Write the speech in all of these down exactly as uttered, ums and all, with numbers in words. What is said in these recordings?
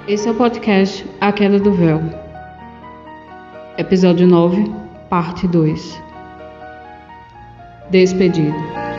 Esse é o podcast A Queda do Véu, episódio nove, parte dois. Despedida.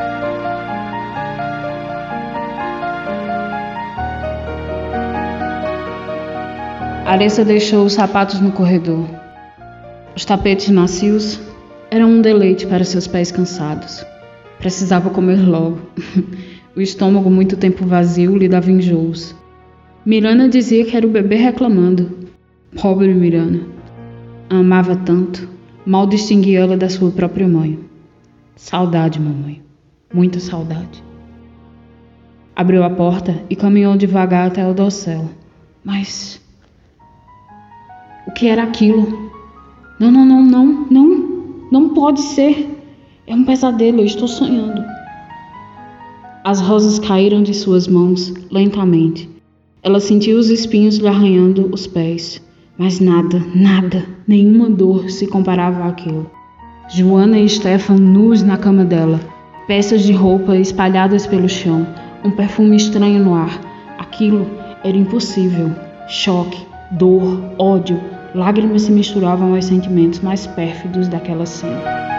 Aressa deixou os sapatos no corredor. Os tapetes macios eram um deleite para seus pés cansados. Precisava comer logo. O estômago muito tempo vazio lhe dava enjoos. Mirana dizia que era o bebê reclamando. Pobre Mirana. A amava tanto, mal distinguia ela da sua própria mãe. Saudade, mamãe. Muita saudade. Abriu a porta e caminhou devagar até o dossel. Mas... o que era aquilo? Não, não, não, não, não. Não pode ser. É um pesadelo, eu estou sonhando. As rosas caíram de suas mãos lentamente. Ela sentiu os espinhos lhe arranhando os pés. Mas nada, nada, nenhuma dor se comparava àquilo. Joana e Stefan nus na cama dela. Peças de roupa espalhadas pelo chão. Um perfume estranho no ar. Aquilo era impossível. Choque, dor, ódio. Lágrimas se misturavam aos sentimentos mais pérfidos daquela cena.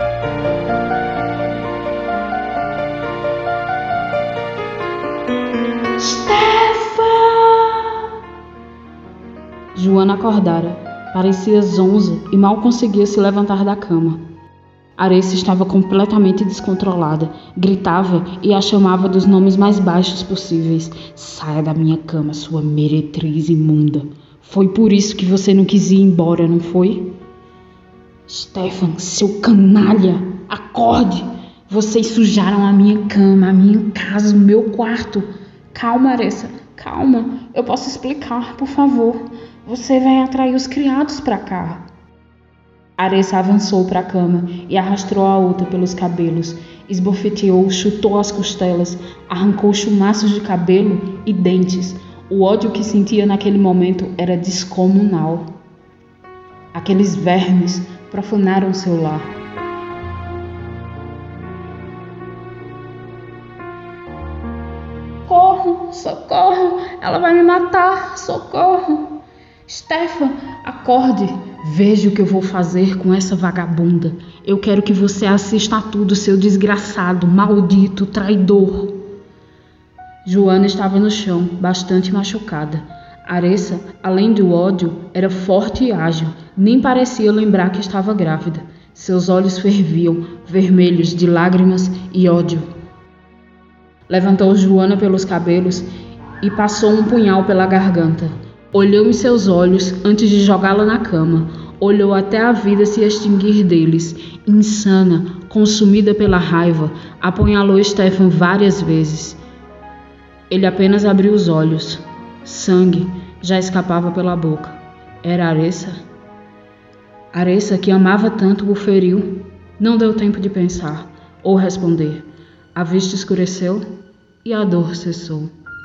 Joana acordara. Parecia zonza e mal conseguia se levantar da cama. Aressa estava completamente descontrolada. Gritava e a chamava dos nomes mais baixos possíveis. Saia da minha cama, sua meretriz imunda. Foi por isso que você não quis ir embora, não foi? Stefan, seu canalha, acorde! Vocês sujaram a minha cama, a minha casa, o meu quarto. Calma, Aressa, calma. Eu posso explicar, por favor. Você vai atrair os criados para cá. Aressa avançou para a cama e arrastou a outra pelos cabelos. Esbofeteou, chutou as costelas, arrancou chumaços de cabelo e dentes. O ódio que sentia naquele momento era descomunal. Aqueles vermes profanaram seu lar. Socorro, socorro, ela vai me matar, socorro. Stefan, acorde. Veja o que eu vou fazer com essa vagabunda. Eu quero que você assista a tudo, seu desgraçado, maldito, traidor. Joana estava no chão, bastante machucada. Aressa, além do ódio, era forte e ágil. Nem parecia lembrar que estava grávida. Seus olhos ferviam, vermelhos de lágrimas e ódio. Levantou Joana pelos cabelos e passou um punhal pela garganta. Olhou em seus olhos antes de jogá-la na cama. Olhou até a vida se extinguir deles. Insana, consumida pela raiva, apunhalou Stefan várias vezes. Ele apenas abriu os olhos. Sangue já escapava pela boca. Era Aressa? Aressa, que amava tanto, o feriu. Não deu tempo de pensar ou responder. A vista escureceu e a dor cessou.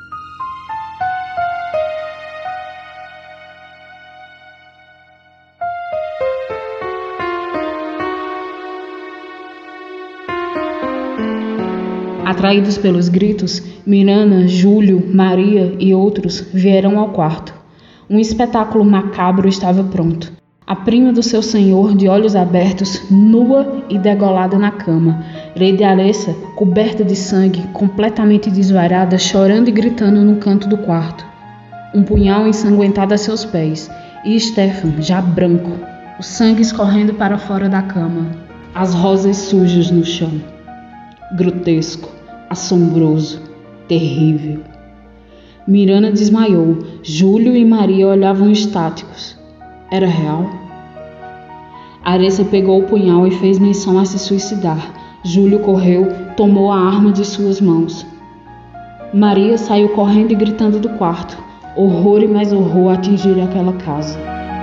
Atraídos pelos gritos, Mirana, Júlio, Maria e outros vieram ao quarto. Um espetáculo macabro estava pronto. A prima do seu senhor, de olhos abertos, nua e degolada na cama. Lady Aressa, coberta de sangue, completamente desvairada, chorando e gritando no canto do quarto. Um punhal ensanguentado a seus pés. E Stefan, já branco, o sangue escorrendo para fora da cama. As rosas sujas no chão. Grotesco, assombroso, terrível. Mirana desmaiou. Júlio e Maria olhavam estáticos. Era real? Aressa pegou o punhal e fez menção a se suicidar. Júlio correu, tomou a arma de suas mãos. Maria saiu correndo e gritando do quarto. Horror e mais horror atingiram aquela casa.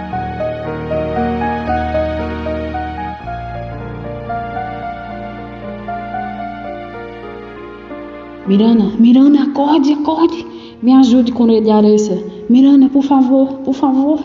Mirana, Mirana, acorde, acorde. Me ajude com ele, Aressa. Mirana, por favor, por favor.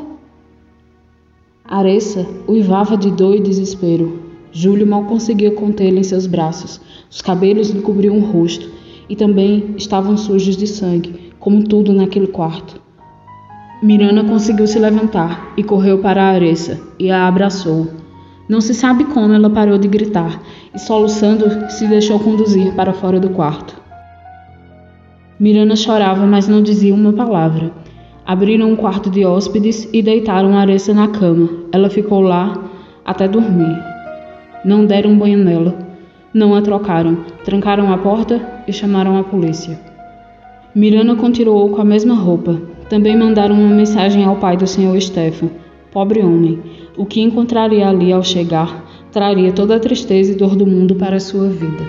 Aressa uivava de dor e desespero. Júlio mal conseguia contê-la em seus braços. Os cabelos lhe cobriam o rosto e também estavam sujos de sangue, como tudo naquele quarto. Mirana conseguiu se levantar e correu para a Aressa e a abraçou. Não se sabe como ela parou de gritar e, soluçando, se deixou conduzir para fora do quarto. Mirana chorava, mas não dizia uma palavra. Abriram um quarto de hóspedes e deitaram a Aressa na cama. Ela ficou lá até dormir. Não deram banho nela. Não a trocaram. Trancaram a porta e chamaram a polícia. Mirana continuou com a mesma roupa. Também mandaram uma mensagem ao pai do senhor Stefan. Pobre homem. O que encontraria ali ao chegar traria toda a tristeza e dor do mundo para a sua vida.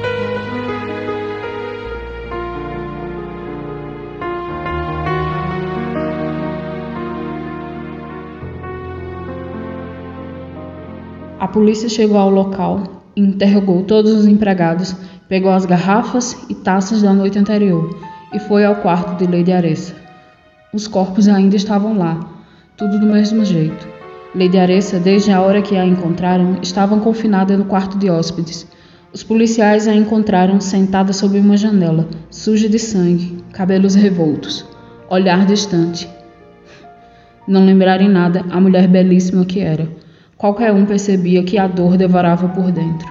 A polícia chegou ao local, interrogou todos os empregados, pegou as garrafas e taças da noite anterior e foi ao quarto de Lady Aressa. Os corpos ainda estavam lá, tudo do mesmo jeito. Lady Aressa, desde a hora que a encontraram, estava confinada no quarto de hóspedes. Os policiais a encontraram sentada sob uma janela, suja de sangue, cabelos revoltos, olhar distante. Não lembrar em nada a mulher belíssima que era. Qualquer um percebia que a dor devorava por dentro.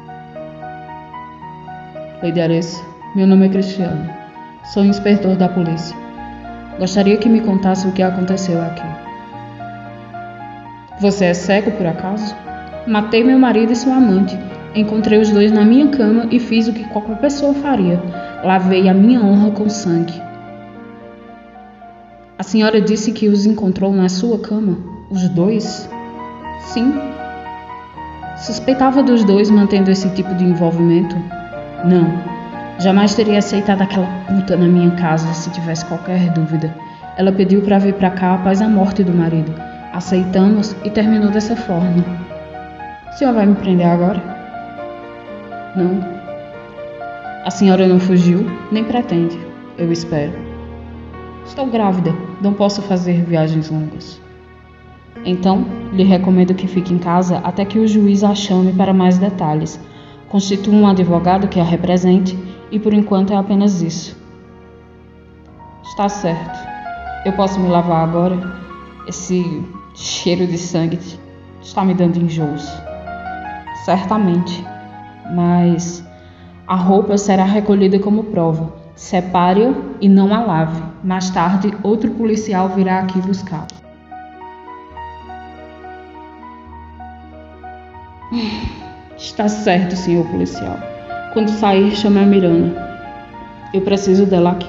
Lady Aressa, meu nome é Cristiano. Sou inspetor da polícia. Gostaria que me contasse o que aconteceu aqui. Você é cego, por acaso? Matei meu marido e seu amante. Encontrei os dois na minha cama e fiz o que qualquer pessoa faria. Lavei a minha honra com sangue. A senhora disse que os encontrou na sua cama? Os dois? Sim. Suspeitava dos dois mantendo esse tipo de envolvimento? Não. Jamais teria aceitado aquela puta na minha casa se tivesse qualquer dúvida. Ela pediu para vir para cá após a morte do marido. Aceitamos e terminou dessa forma. A senhora vai me prender agora? Não. A senhora não fugiu, nem pretende, eu espero. Estou grávida, não posso fazer viagens longas. Então, lhe recomendo que fique em casa até que o juiz a chame para mais detalhes. Constitua um advogado que a represente e por enquanto é apenas isso. Está certo. Eu posso me lavar agora? Esse cheiro de sangue está me dando enjoos. Certamente. Mas a roupa será recolhida como prova. Separe-a e não a lave. Mais tarde, outro policial virá aqui buscá-la. Está certo, senhor policial. Quando sair, chame a Mirana. Eu preciso dela aqui.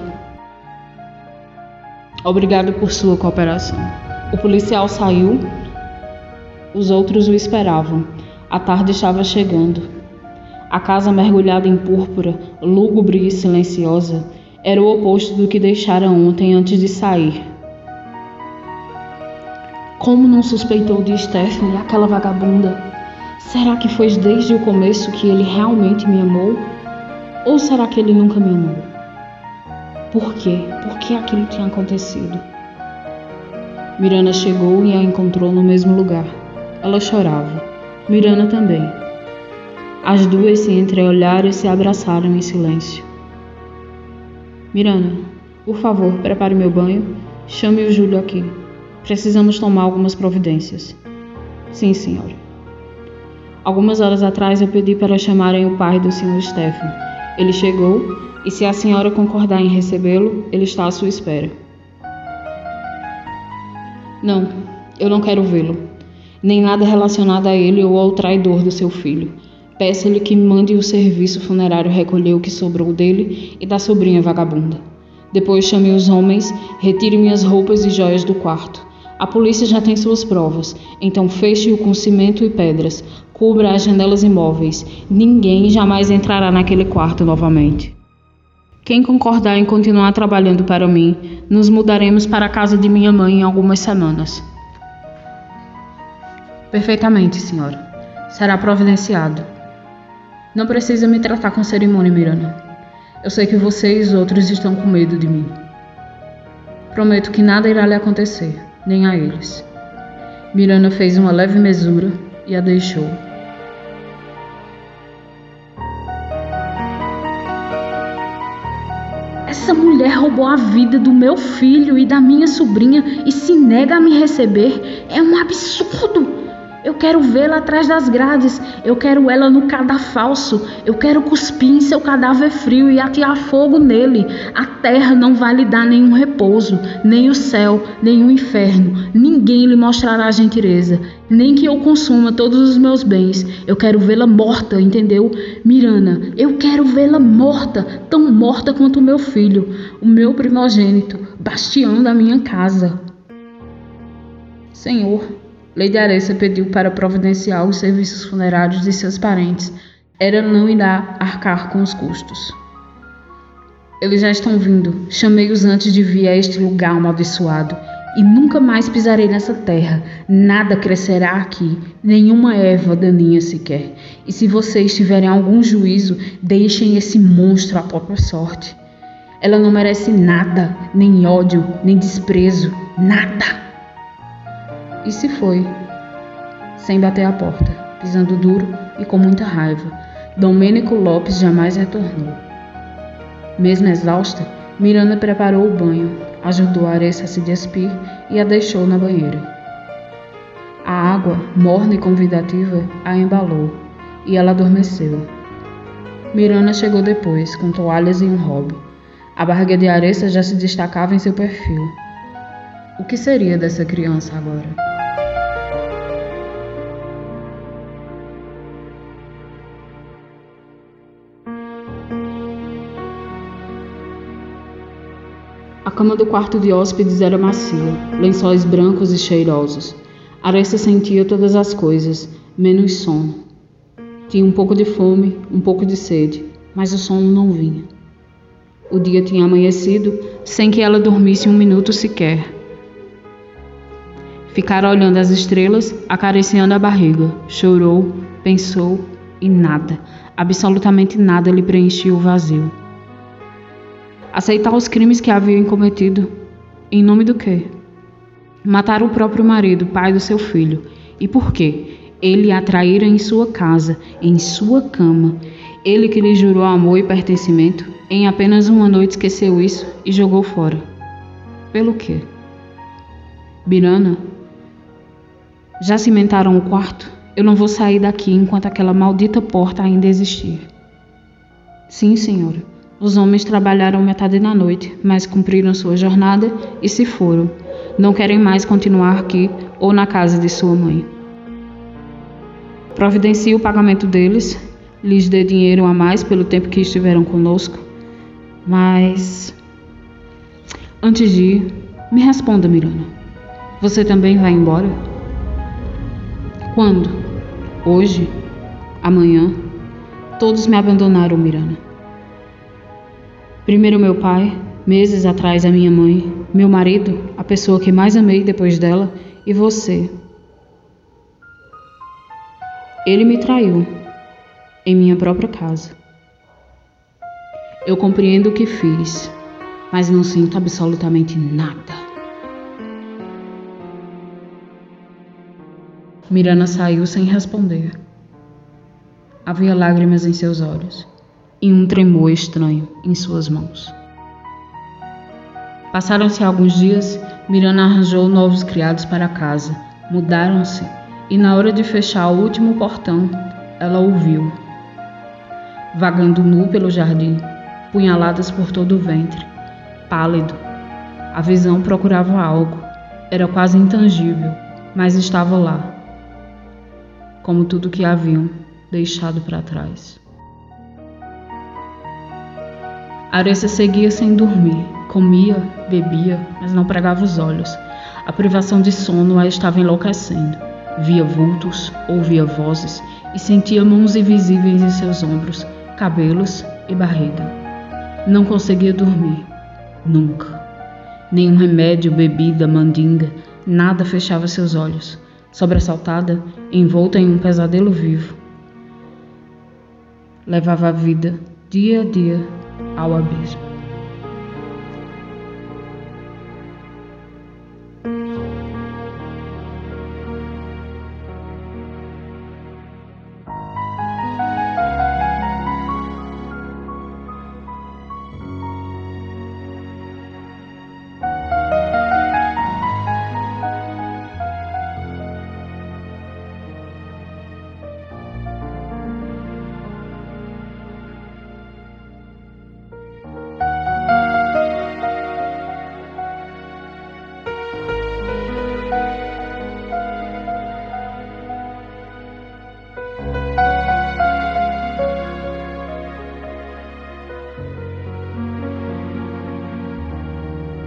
Obrigado por sua cooperação. O policial saiu. Os outros o esperavam. A tarde estava chegando. A casa mergulhada em púrpura, lúgubre e silenciosa, era o oposto do que deixara ontem antes de sair. Como não suspeitou de Stephanie, aquela vagabunda? Será que foi desde o começo que ele realmente me amou? Ou será que ele nunca me amou? Por quê? Por que aquilo tinha acontecido? Mirana chegou e a encontrou no mesmo lugar. Ela chorava. Mirana também. As duas se entreolharam e se abraçaram em silêncio. Mirana, por favor, prepare meu banho. Chame o Júlio aqui. Precisamos tomar algumas providências. Sim, senhora. Algumas horas atrás eu pedi para chamarem o pai do senhor Stefan. Ele chegou e, se a senhora concordar em recebê-lo, ele está à sua espera. Não, eu não quero vê-lo. Nem nada relacionado a ele ou ao traidor do seu filho. Peço-lhe que mande o serviço funerário recolher o que sobrou dele e da sobrinha vagabunda. Depois chame os homens, retire minhas roupas e joias do quarto. A polícia já tem suas provas, então feche-o com cimento e pedras. Cubra as janelas imóveis. Ninguém jamais entrará naquele quarto novamente. Quem concordar em continuar trabalhando para mim, nos mudaremos para a casa de minha mãe em algumas semanas. Perfeitamente, senhora. Será providenciado. Não precisa me tratar com cerimônia, Mirana. Eu sei que você e os outros estão com medo de mim. Prometo que nada irá lhe acontecer, nem a eles. Mirana fez uma leve mesura e a deixou. É Essa mulher roubou a vida do meu filho e da minha sobrinha e se nega a me receber. É um absurdo. Eu quero vê-la atrás das grades, eu quero ela no cadafalso, eu quero cuspir em seu cadáver frio e atear fogo nele. A terra não vai lhe dar nenhum repouso, nem o céu, nem o inferno. Ninguém lhe mostrará gentileza, nem que eu consuma todos os meus bens. Eu quero vê-la morta, entendeu? Mirana, eu quero vê-la morta, tão morta quanto o meu filho, o meu primogênito, bastião da minha casa. Senhor, Lady Aressa pediu para providenciar os serviços funerários de seus parentes. Ela não irá arcar com os custos. Eles já estão vindo. Chamei-os antes de vir a este lugar amaldiçoado. E nunca mais pisarei nessa terra. Nada crescerá aqui, nenhuma erva daninha sequer. E se vocês tiverem algum juízo, deixem esse monstro à própria sorte. Ela não merece nada, nem ódio, nem desprezo, nada. E se foi, sem bater a porta, pisando duro e com muita raiva. Domênico Lopes jamais retornou. Mesmo exausta, Miranda preparou o banho, ajudou a Aressa a se despir e a deixou na banheira. A água, morna e convidativa, a embalou e ela adormeceu. Miranda chegou depois, com toalhas e um robe. A barriga de Aressa já se destacava em seu perfil. O que seria dessa criança agora? A cama do quarto de hóspedes era macia, lençóis brancos e cheirosos. Aressa sentia todas as coisas, menos sono. Tinha um pouco de fome, um pouco de sede, mas o sono não vinha. O dia tinha amanhecido sem que ela dormisse um minuto sequer. Ficara olhando as estrelas, acariciando a barriga. Chorou, pensou e nada, absolutamente nada lhe preenchia o vazio. Aceitar os crimes que haviam cometido. Em nome do quê? Matar o próprio marido, pai do seu filho. E por quê? Ele a traíra em sua casa, em sua cama. Ele que lhe jurou amor e pertencimento, em apenas uma noite esqueceu isso e jogou fora. Pelo quê? Mirana, já cimentaram o quarto? Eu não vou sair daqui enquanto aquela maldita porta ainda existir. Sim, senhora. Os homens trabalharam metade da noite, mas cumpriram sua jornada e se foram. Não querem mais continuar aqui ou na casa de sua mãe. Providencie o pagamento deles, lhes dê dinheiro a mais pelo tempo que estiveram conosco. Mas, antes de ir, me responda, Mirana. Você também vai embora? Quando? Hoje? Amanhã? Todos me abandonaram, Mirana. Primeiro meu pai, meses atrás a minha mãe, meu marido, a pessoa que mais amei depois dela, e você. Ele me traiu, em minha própria casa. Eu compreendo o que fiz, mas não sinto absolutamente nada. Mirana saiu sem responder. Havia lágrimas em seus olhos e um tremor estranho em suas mãos. Passaram-se alguns dias, Mirana arranjou novos criados para a casa. Mudaram-se e na hora de fechar o último portão, ela ouviu. Vagando nu pelo jardim, punhaladas por todo o ventre, pálido. A visão procurava algo. Era quase intangível, mas estava lá, como tudo que haviam deixado para trás. Aressa seguia sem dormir, comia, bebia, mas não pregava os olhos. A privação de sono a estava enlouquecendo. Via vultos, ouvia vozes e sentia mãos invisíveis em seus ombros, cabelos e barriga. Não conseguia dormir, nunca. Nenhum remédio, bebida, mandinga, nada fechava seus olhos. Sobressaltada, envolta em um pesadelo vivo, levava a vida, dia a dia, ao abismo.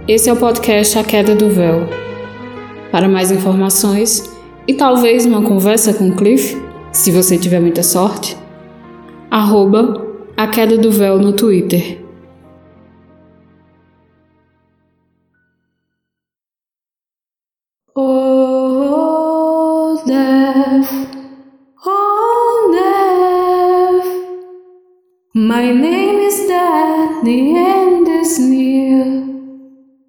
Esse é o podcast A Queda do Véu. Para mais informações e talvez uma conversa com Cliff, se você tiver muita sorte, arroba A Queda do Véu no Twitter. Oh, death, oh, death, my name is death, the end is near.